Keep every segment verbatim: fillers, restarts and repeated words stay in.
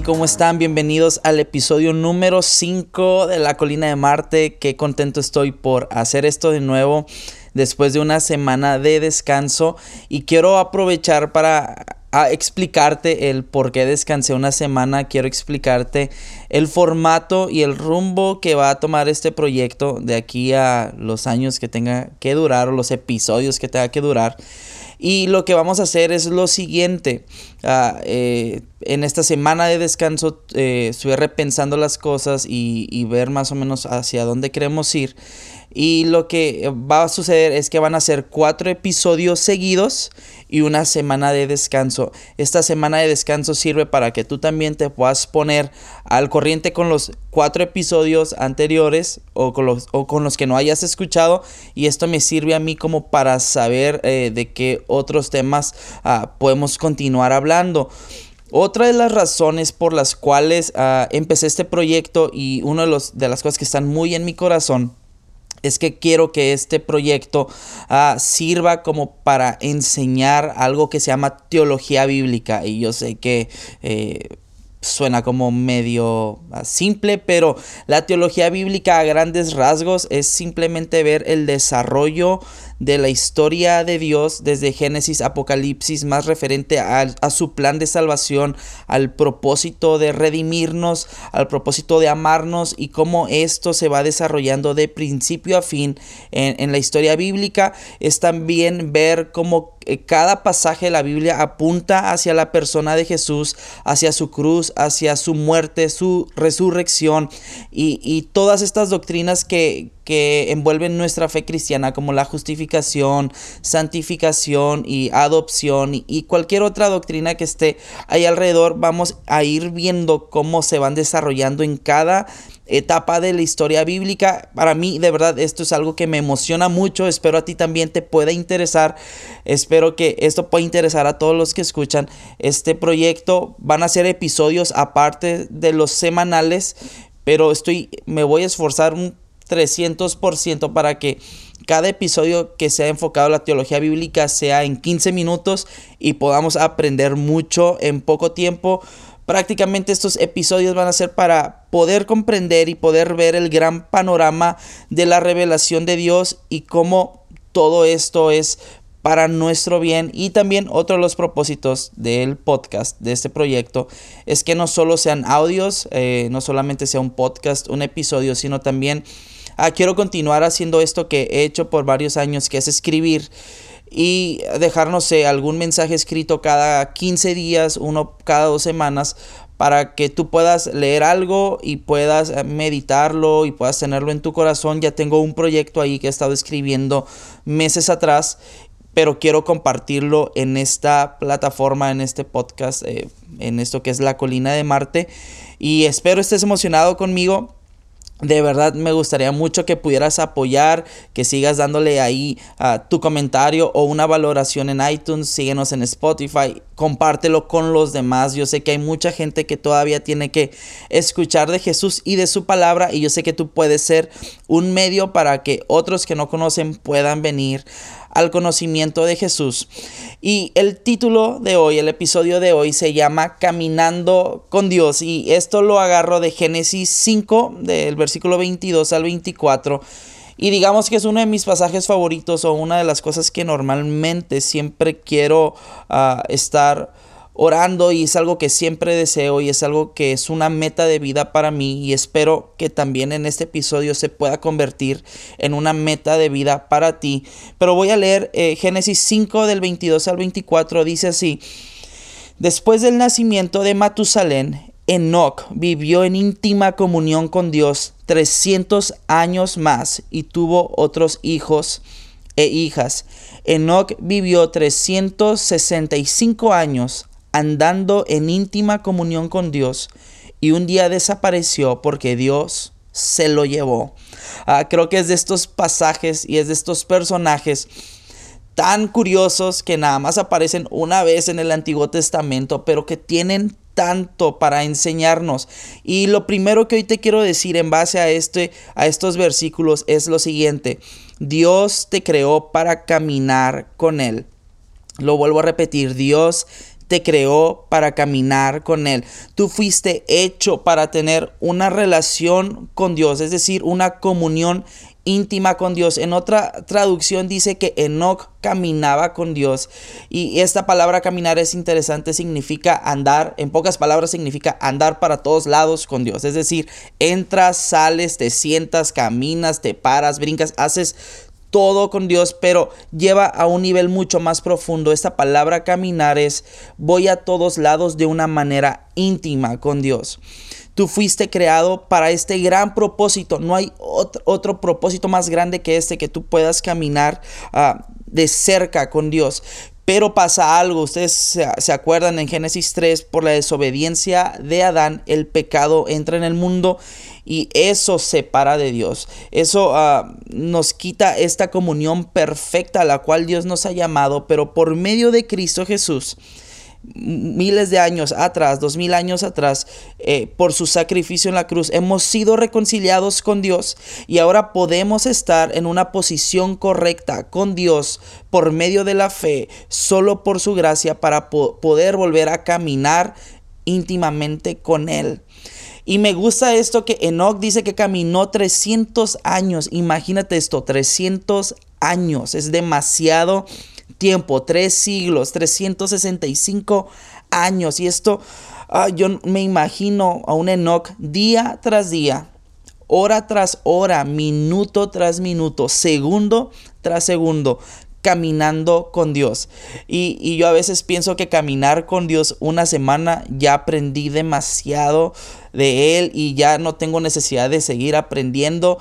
¿cómo están? Bienvenidos al episodio número cinco de La Colina de Marte. Qué contento estoy por hacer esto de nuevo después de una semana de descanso. Y quiero aprovechar para a explicarte el por qué descansé una semana. Quiero explicarte el formato y el rumbo que va a tomar este proyecto de aquí a los años que tenga que durar, o los episodios que tenga que durar. Y lo que vamos a hacer es lo siguiente. Uh, eh, en esta semana de descanso eh, estuve repensando las cosas y, y ver más o menos hacia dónde queremos ir. Y lo que va a suceder es que van a ser cuatro episodios seguidos y una semana de descanso. Esta semana de descanso sirve para que tú también te puedas poner al corriente con los cuatro episodios anteriores o con los, o con los que no hayas escuchado. Y esto me sirve a mí como para saber eh, de qué otros temas uh, podemos continuar hablando. Otra de las razones por las cuales uh, empecé este proyecto, y una de, los, de las cosas que están muy en mi corazón, es que quiero que este proyecto uh, sirva como para enseñar algo que se llama teología bíblica. Y yo sé que eh, suena como medio uh, simple, pero la teología bíblica a grandes rasgos es simplemente ver el desarrollo de la historia de Dios desde Génesis a Apocalipsis, más referente a, a su plan de salvación, al propósito de redimirnos, al propósito de amarnos, y cómo esto se va desarrollando de principio a fin en, en la historia bíblica. Es también ver cómo cada pasaje de la Biblia apunta hacia la persona de Jesús, hacia su cruz, hacia su muerte, su resurrección, y, y todas estas doctrinas que, que envuelven nuestra fe cristiana, como la justificación, santificación y adopción, y, y cualquier otra doctrina que esté ahí alrededor. Vamos a ir viendo cómo se van desarrollando en cada etapa de la historia bíblica. Para mí, de verdad, esto es algo que me emociona mucho. Espero a ti también te pueda interesar. Espero que esto pueda interesar a todos los que escuchan este proyecto. Van a ser episodios aparte de los semanales, pero estoy, me voy a esforzar un trescientos por ciento para que cada episodio que sea enfocado a la teología bíblica sea en quince minutos y podamos aprender mucho en poco tiempo. Prácticamente estos episodios van a ser para poder comprender y poder ver el gran panorama de la revelación de Dios y cómo todo esto es para nuestro bien. Y también otro de los propósitos del podcast, de este proyecto, es que no solo sean audios, eh, no solamente sea un podcast, un episodio, sino también ah, quiero continuar haciendo esto que he hecho por varios años, que es escribir y dejar, no sé, algún mensaje escrito cada quince días, uno cada dos semanas, para que tú puedas leer algo y puedas meditarlo y puedas tenerlo en tu corazón. Ya tengo un proyecto ahí que he estado escribiendo meses atrás, pero quiero compartirlo en esta plataforma, en este podcast, eh, en esto que es La Colina de Marte. Y espero estés emocionado conmigo. De verdad me gustaría mucho que pudieras apoyar, que sigas dándole ahí uh, tu comentario o una valoración en iTunes. Síguenos en Spotify, compártelo con los demás. Yo sé que hay mucha gente que todavía tiene que escuchar de Jesús y de su palabra, y yo sé que tú puedes ser un medio para que otros que no conocen puedan venir al conocimiento de Jesús. Y el título de hoy, el episodio de hoy, se llama Caminando con Dios, y esto lo agarro de Génesis cinco, del versículo veintidós al veinticuatro. Y digamos que es uno de mis pasajes favoritos, o una de las cosas que normalmente siempre quiero uh, estar orando, y es algo que siempre deseo, y es algo que es una meta de vida para mí, y espero que también en este episodio se pueda convertir en una meta de vida para ti. Pero voy a leer eh, Génesis cinco del veintidós al veinticuatro. Dice así: después del nacimiento de Matusalén, Enoc vivió en íntima comunión con Dios trescientos años más y tuvo otros hijos e hijas. Enoc vivió trescientos sesenta y cinco años andando en íntima comunión con Dios, y un día desapareció porque Dios se lo llevó. Uh, creo que es de estos pasajes y es de estos personajes tan curiosos que nada más aparecen una vez en el Antiguo Testamento, pero que tienen tanto para enseñarnos. Y lo primero que hoy te quiero decir en base a este a estos versículos es lo siguiente: Dios te creó para caminar con Él. Lo vuelvo a repetir, Dios te creó para caminar con Él. Tú fuiste hecho para tener una relación con Dios, es decir, una comunión íntima con Dios. En otra traducción dice que Enoc caminaba con Dios, y esta palabra caminar es interesante, significa andar, en pocas palabras significa andar para todos lados con Dios, es decir, entras, sales, te sientas, caminas, te paras, brincas, haces todo con Dios, pero lleva a un nivel mucho más profundo. Esta palabra caminar es voy a todos lados de una manera íntima con Dios. Tú fuiste creado para este gran propósito. No hay otro, otro propósito más grande que este, que tú puedas caminar uh, de cerca con Dios. Pero pasa algo, ustedes se, se acuerdan en Génesis tres, por la desobediencia de Adán, el pecado entra en el mundo y eso separa de Dios. Eso uh, nos quita esta comunión perfecta a la cual Dios nos ha llamado, pero por medio de Cristo Jesús, miles de años atrás, dos mil años atrás, eh, por su sacrificio en la cruz, hemos sido reconciliados con Dios y ahora podemos estar en una posición correcta con Dios por medio de la fe, solo por su gracia, para po- poder volver a caminar íntimamente con Él. Y me gusta esto que Enoc dice que caminó trescientos años. Imagínate esto, trescientos años, es demasiado tiempo, tres siglos, trescientos sesenta y cinco años. Y esto, uh, yo me imagino a un Enoc día tras día, hora tras hora, minuto tras minuto, segundo tras segundo, caminando con Dios. Y, y yo a veces pienso que caminar con Dios una semana, ya aprendí demasiado de Él y ya no tengo necesidad de seguir aprendiendo.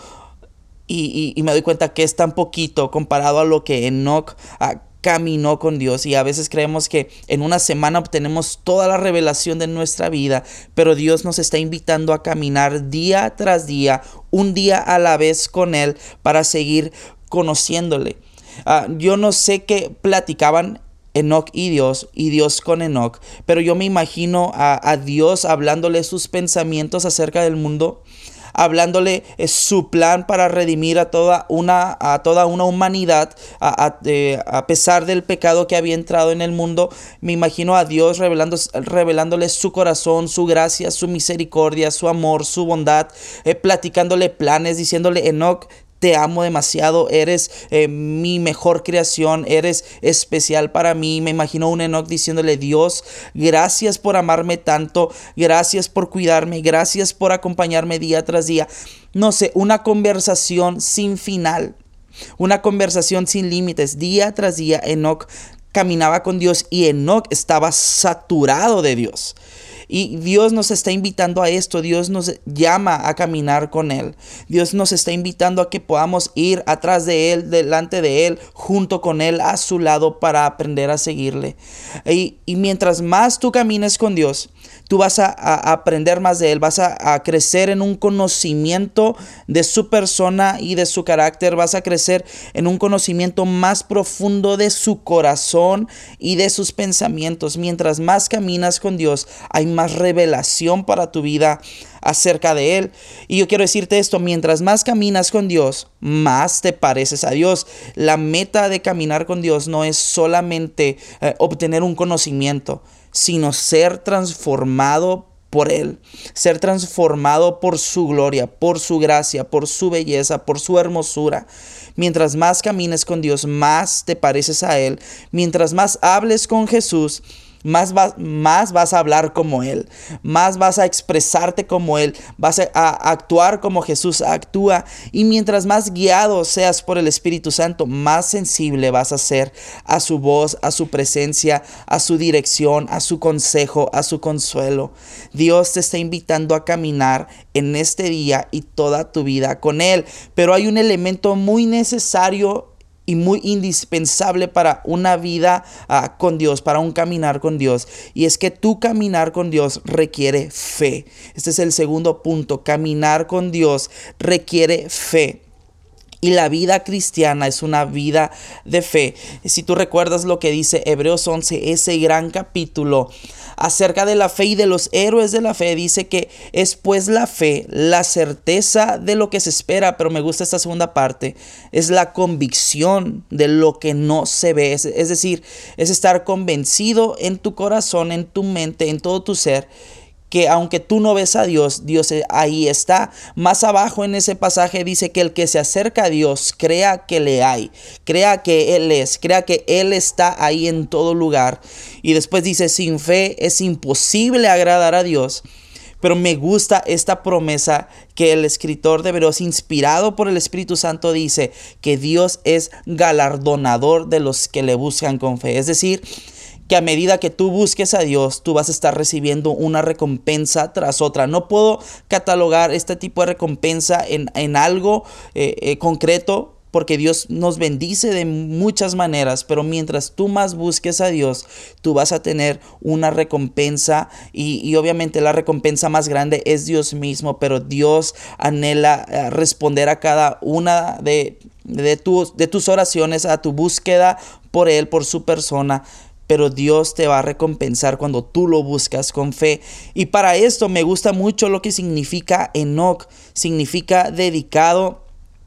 Y, y, y me doy cuenta que es tan poquito comparado a lo que Enoc uh, caminó con Dios. Y a veces creemos que en una semana obtenemos toda la revelación de nuestra vida, pero Dios nos está invitando a caminar día tras día, un día a la vez con Él, para seguir conociéndole. Uh, yo no sé qué platicaban Enoc y Dios, y Dios con Enoc, pero yo me imagino a, a Dios hablándole sus pensamientos acerca del mundo, hablándole eh, su plan para redimir a toda una, a toda una humanidad a, a, eh, a pesar del pecado que había entrado en el mundo. Me imagino a Dios revelando, revelándole su corazón, su gracia, su misericordia, su amor, su bondad, eh, platicándole planes, diciéndole: Enoc, te amo demasiado, eres eh, mi mejor creación, eres especial para mí. Me imagino a un Enoc diciéndole: Dios, gracias por amarme tanto, gracias por cuidarme, gracias por acompañarme día tras día. No sé, una conversación sin final, una conversación sin límites. Día tras día Enoc caminaba con Dios y Enoc estaba saturado de Dios. Y Dios nos está invitando a esto. Dios nos llama a caminar con Él. Dios nos está invitando a que podamos ir atrás de Él, delante de Él, junto con Él, a su lado, para aprender a seguirle. Y, y mientras más tú camines con Dios, tú vas a, a aprender más de Él, vas a, a crecer en un conocimiento de su persona y de su carácter, vas a crecer en un conocimiento más profundo de su corazón y de sus pensamientos. Mientras más caminas con Dios, hay más revelación para tu vida acerca de Él. Y yo quiero decirte esto: mientras más caminas con Dios, más te pareces a Dios. La meta de caminar con Dios no es solamente eh, obtener un conocimiento, sino ser transformado por Él, ser transformado por su gloria, por su gracia, por su belleza, por su hermosura. Mientras más camines con Dios, más te pareces a Él. Mientras más hables con Jesús, Más vas, más vas a hablar como Él, más vas a expresarte como Él, vas a, a actuar como Jesús actúa. Y mientras más guiado seas por el Espíritu Santo, más sensible vas a ser a su voz, a su presencia, a su dirección, a su consejo, a su consuelo. Dios te está invitando a caminar en este día y toda tu vida con Él. Pero hay un elemento muy necesario y muy indispensable para una vida uh, con Dios, para un caminar con Dios, y es que tu caminar con Dios requiere fe. Este es el segundo punto: caminar con Dios requiere fe. Y la vida cristiana es una vida de fe. Si tú recuerdas lo que dice Hebreos once, ese gran capítulo acerca de la fe y de los héroes de la fe, dice que es pues la fe, la certeza de lo que se espera, pero me gusta esta segunda parte, es la convicción de lo que no se ve. Es, es decir, es estar convencido en tu corazón, en tu mente, en todo tu ser, que aunque tú no ves a Dios, Dios ahí está. Más abajo en ese pasaje dice que el que se acerca a Dios crea que le hay, crea que Él es, crea que Él está ahí en todo lugar. Y después dice, sin fe es imposible agradar a Dios. Pero me gusta esta promesa que el escritor de Hebreos, inspirado por el Espíritu Santo, dice que Dios es galardonador de los que le buscan con fe. Es decir, que a medida que tú busques a Dios, tú vas a estar recibiendo una recompensa tras otra. No puedo catalogar este tipo de recompensa en, en algo eh, eh, concreto, porque Dios nos bendice de muchas maneras, pero mientras tú más busques a Dios, tú vas a tener una recompensa y, y obviamente la recompensa más grande es Dios mismo, pero Dios anhela uh, responder a cada una de, de, tu, de tus oraciones, a tu búsqueda por Él, por su persona. Pero Dios te va a recompensar cuando tú lo buscas con fe. Y para esto me gusta mucho lo que significa Enoc. Significa dedicado,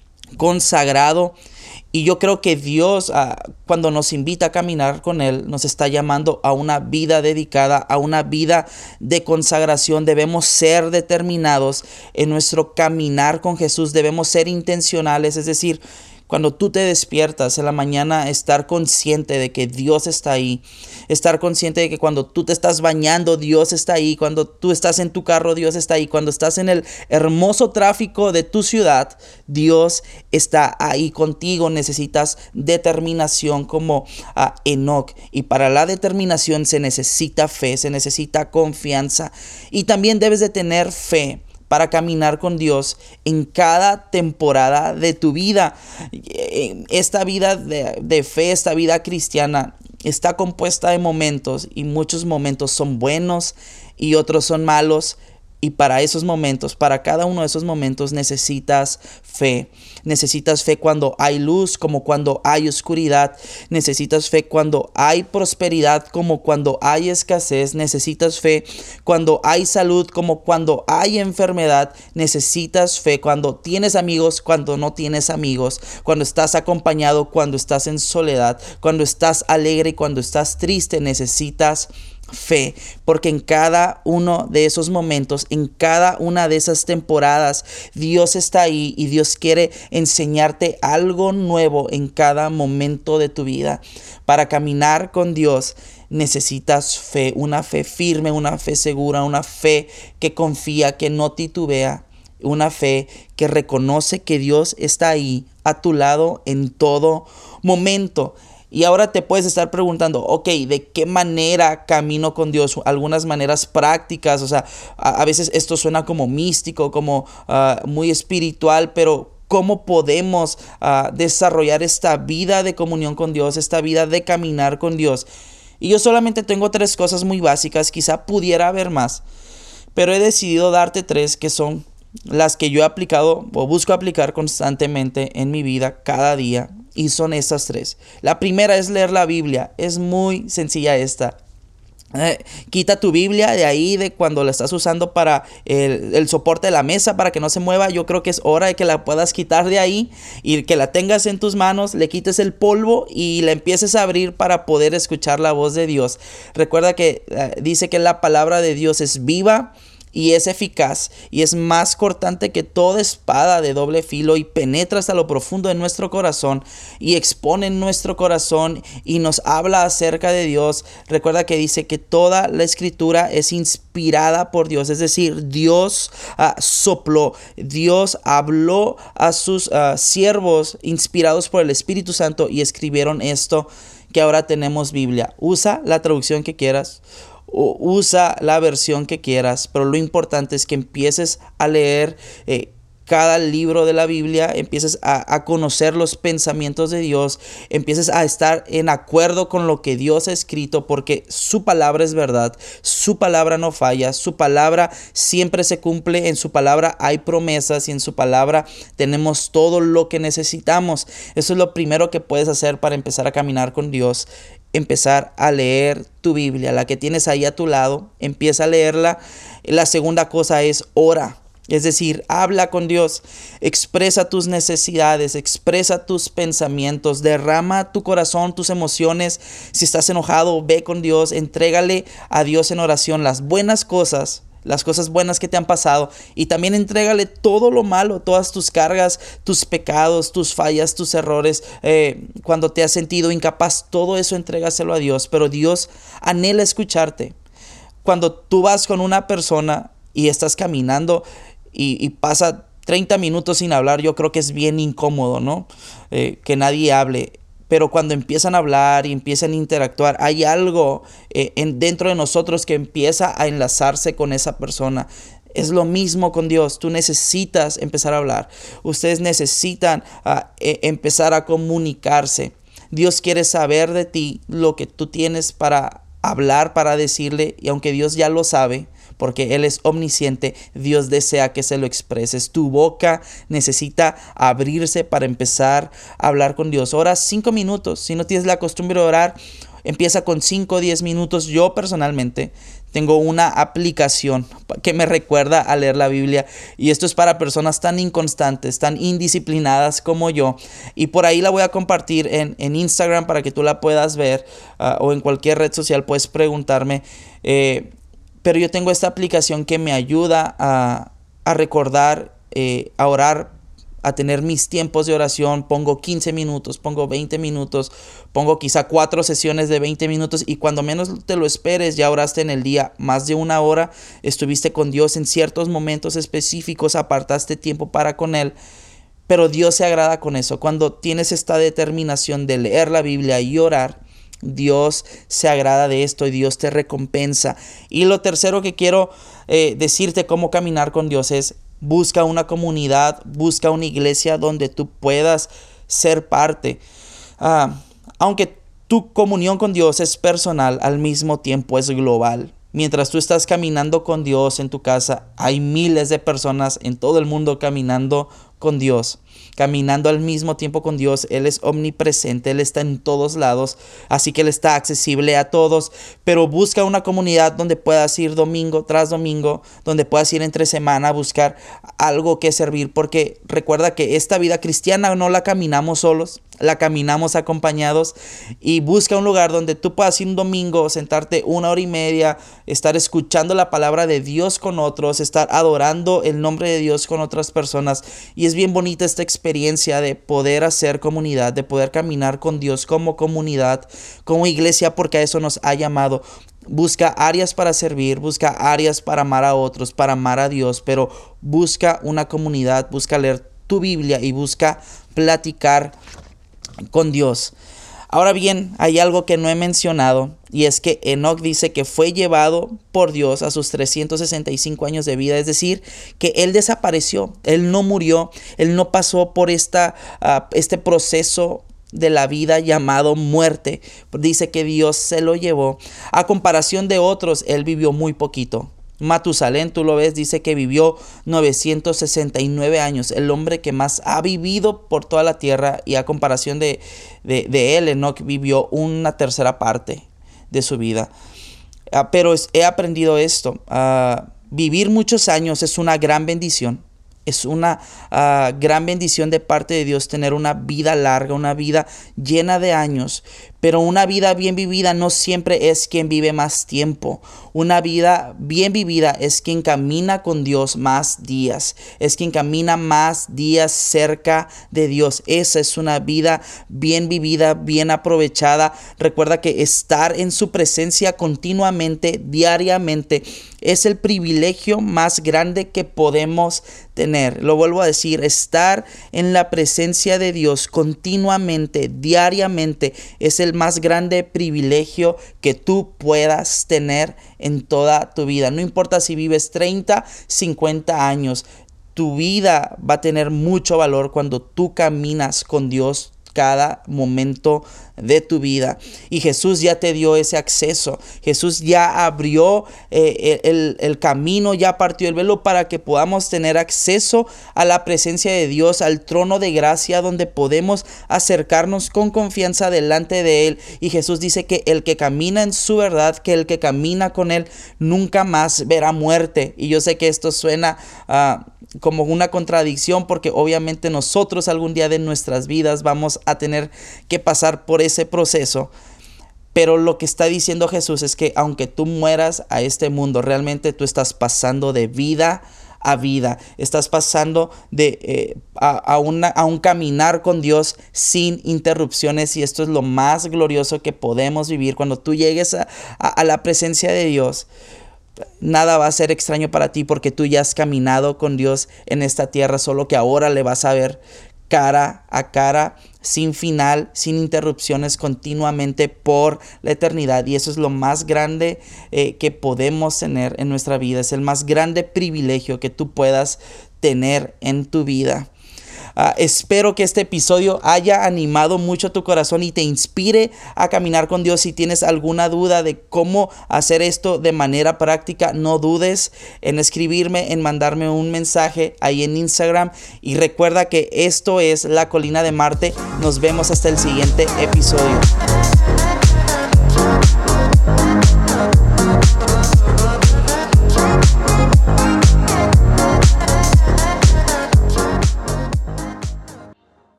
consagrado. Y yo creo que Dios, ah, cuando nos invita a caminar con Él, nos está llamando a una vida dedicada, a una vida de consagración. Debemos ser determinados en nuestro caminar con Jesús. Debemos ser intencionales, es decir, cuando tú te despiertas en la mañana, estar consciente de que Dios está ahí. Estar consciente de que cuando tú te estás bañando, Dios está ahí. Cuando tú estás en tu carro, Dios está ahí. Cuando estás en el hermoso tráfico de tu ciudad, Dios está ahí contigo. Necesitas determinación como a Enoc. Y para la determinación se necesita fe, se necesita confianza. Y también debes de tener fe para caminar con Dios en cada temporada de tu vida. Esta vida de, de fe, esta vida cristiana, está compuesta de momentos, y muchos momentos son buenos y otros son malos. Y para esos momentos, para cada uno de esos momentos necesitas fe. Necesitas fe cuando hay luz como cuando hay oscuridad. Necesitas fe cuando hay prosperidad como cuando hay escasez. Necesitas fe cuando hay salud como cuando hay enfermedad. Necesitas fe cuando tienes amigos, cuando no tienes amigos. Cuando estás acompañado, cuando estás en soledad. Cuando estás alegre y cuando estás triste. Necesitas fe, porque en cada uno de esos momentos, en cada una de esas temporadas, Dios está ahí y Dios quiere enseñarte algo nuevo en cada momento de tu vida. Para caminar con Dios necesitas fe, una fe firme, una fe segura, una fe que confía, que no titubea, una fe que reconoce que Dios está ahí a tu lado en todo momento. Y ahora te puedes estar preguntando, ok, ¿de qué manera camino con Dios? Algunas maneras prácticas, o sea, a, a veces esto suena como místico, como uh, muy espiritual, pero ¿cómo podemos uh, desarrollar esta vida de comunión con Dios, esta vida de caminar con Dios? Y yo solamente tengo tres cosas muy básicas, quizá pudiera haber más, pero he decidido darte tres que son las que yo he aplicado o busco aplicar constantemente en mi vida cada día. Y son estas tres. La primera es leer la Biblia. Es muy sencilla esta. Eh, quita tu Biblia de ahí, de cuando la estás usando para el, el soporte de la mesa para que no se mueva. Yo creo que es hora de que la puedas quitar de ahí y que la tengas en tus manos, le quites el polvo y la empieces a abrir para poder escuchar la voz de Dios. Recuerda que eh, dice que la palabra de Dios es viva y es eficaz y es más cortante que toda espada de doble filo y penetra hasta lo profundo de nuestro corazón y expone nuestro corazón y nos habla acerca de Dios. Recuerda que dice que toda la escritura es inspirada por Dios, es decir, Dios uh, sopló, Dios habló a sus uh, siervos inspirados por el Espíritu Santo y escribieron esto que ahora tenemos Biblia. Usa la traducción que quieras. Usa la versión que quieras, pero lo importante es que empieces a leer eh, cada libro de la Biblia, empieces a, a conocer los pensamientos de Dios, empieces a estar en acuerdo con lo que Dios ha escrito, porque su palabra es verdad, su palabra no falla, su palabra siempre se cumple, en su palabra hay promesas y en su palabra tenemos todo lo que necesitamos. Eso es lo primero que puedes hacer para empezar a caminar con Dios. Empezar a leer tu Biblia, la que tienes ahí a tu lado, empieza a leerla. La segunda cosa es ora. Es decir, habla con Dios, expresa tus necesidades, expresa tus pensamientos, derrama tu corazón, tus emociones. Si estás enojado, ve con Dios, entrégale a Dios en oración las buenas cosas, las cosas buenas que te han pasado, y también entrégale todo lo malo, todas tus cargas, tus pecados, tus fallas, tus errores, eh, cuando te has sentido incapaz, todo eso entrégaselo a Dios. Pero Dios anhela escucharte. Cuando tú vas con una persona y estás caminando y, y pasa treinta minutos sin hablar, yo creo que es bien incómodo, ¿no? Eh, que nadie hable. Pero cuando empiezan a hablar y empiezan a interactuar, hay algo eh, en, dentro de nosotros que empieza a enlazarse con esa persona. Es lo mismo con Dios. Tú necesitas empezar a hablar. Ustedes necesitan uh, eh, empezar a comunicarse. Dios quiere saber de ti lo que tú tienes para hablar, para decirle. Y aunque Dios ya lo sabe, porque Él es omnisciente, Dios desea que se lo expreses. Tu boca necesita abrirse para empezar a hablar con Dios. Ora cinco minutos. Si no tienes la costumbre de orar, empieza con cinco o diez minutos. Yo personalmente tengo una aplicación que me recuerda a leer la Biblia, y esto es para personas tan inconstantes, tan indisciplinadas como yo, y por ahí la voy a compartir en, en Instagram para que tú la puedas ver, uh, o en cualquier red social puedes preguntarme. Eh, Pero yo tengo esta aplicación que me ayuda a, a recordar, eh, a orar, a tener mis tiempos de oración. Pongo quince minutos, pongo veinte minutos, pongo quizá cuatro sesiones de veinte minutos, y cuando menos te lo esperes ya oraste en el día más de una hora, estuviste con Dios en ciertos momentos específicos, apartaste tiempo para con Él. Pero Dios se agrada con eso. Cuando tienes esta determinación de leer la Biblia y orar, Dios se agrada de esto y Dios te recompensa. Y lo tercero que quiero eh, decirte cómo caminar con Dios es: busca una comunidad, busca una iglesia donde tú puedas ser parte. Uh, aunque tu comunión con Dios es personal, al mismo tiempo es global. Mientras tú estás caminando con Dios en tu casa, hay miles de personas en todo el mundo caminando con Dios, caminando al mismo tiempo con Dios. Él es omnipresente, Él está en todos lados, así que Él está accesible a todos. Pero busca una comunidad donde puedas ir domingo tras domingo, donde puedas ir entre semana a buscar algo que servir, porque recuerda que esta vida cristiana no la caminamos solos, la caminamos acompañados. Y busca un lugar donde tú puedas ir un domingo, sentarte una hora y media, estar escuchando la palabra de Dios con otros, estar adorando el nombre de Dios con otras personas. Y es bien bonita esta experiencia de poder hacer comunidad, de poder caminar con Dios como comunidad, como iglesia, porque a eso nos ha llamado. Busca áreas para servir, busca áreas para amar a otros, para amar a Dios, pero busca una comunidad, busca leer tu Biblia y busca platicar con Dios. Ahora bien, hay algo que no he mencionado, y es que Enoc dice que fue llevado por Dios a sus trescientos sesenta y cinco años de vida, es decir, que él desapareció, él no murió, él no pasó por esta, uh, este proceso de la vida llamado muerte. Dice que Dios se lo llevó. A comparación de otros, él vivió muy poquito. Matusalén, tú lo ves, dice que vivió novecientos sesenta y nueve años, el hombre que más ha vivido por toda la tierra, y a comparación de, de, de él, Enoc vivió una tercera parte de su vida. Uh, pero es, he aprendido esto, uh, vivir muchos años es una gran bendición. Es una uh, gran bendición de parte de Dios tener una vida larga, una vida llena de años. Pero una vida bien vivida no siempre es quien vive más tiempo. Una vida bien vivida es quien camina con Dios más días. Es quien camina más días cerca de Dios. Esa es una vida bien vivida, bien aprovechada. Recuerda que estar en su presencia continuamente, diariamente, es el privilegio más grande que podemos tener. Lo vuelvo a decir, estar en la presencia de Dios continuamente, diariamente, es el más grande privilegio que tú puedas tener en toda tu vida. No importa si vives treinta, cincuenta años. tu vida va a tener mucho valor cuando tú caminas con Dios cada momento de tu vida. Y Jesús ya te dio ese acceso. Jesús ya abrió eh, el, el camino, ya partió el velo para que podamos tener acceso a la presencia de Dios, al trono de gracia, donde podemos acercarnos con confianza delante de Él. Y Jesús dice que el que camina en su verdad, que el que camina con Él, nunca más verá muerte. Y yo sé que esto suena uh, como una contradicción, porque obviamente nosotros algún día de nuestras vidas vamos a tener que pasar por ese proceso. Pero lo que está diciendo Jesús es que aunque tú mueras a este mundo, realmente tú estás pasando de vida a vida. Estás pasando de eh, a, a, una, a un caminar con Dios sin interrupciones, y esto es lo más glorioso que podemos vivir. Cuando tú llegues a, a, a la presencia de Dios, nada va a ser extraño para ti, porque tú ya has caminado con Dios en esta tierra, solo que ahora le vas a ver cara a cara, sin final, sin interrupciones, continuamente por la eternidad. Y eso es lo más grande eh, que podemos tener en nuestra vida. Es el más grande privilegio que tú puedas tener en tu vida. Uh, espero que este episodio haya animado mucho tu corazón y te inspire a caminar con Dios. Si tienes alguna duda de cómo hacer esto de manera práctica, no dudes en escribirme, en mandarme un mensaje ahí en Instagram. Y recuerda que esto es La Colina de Marte. Nos vemos hasta el siguiente episodio.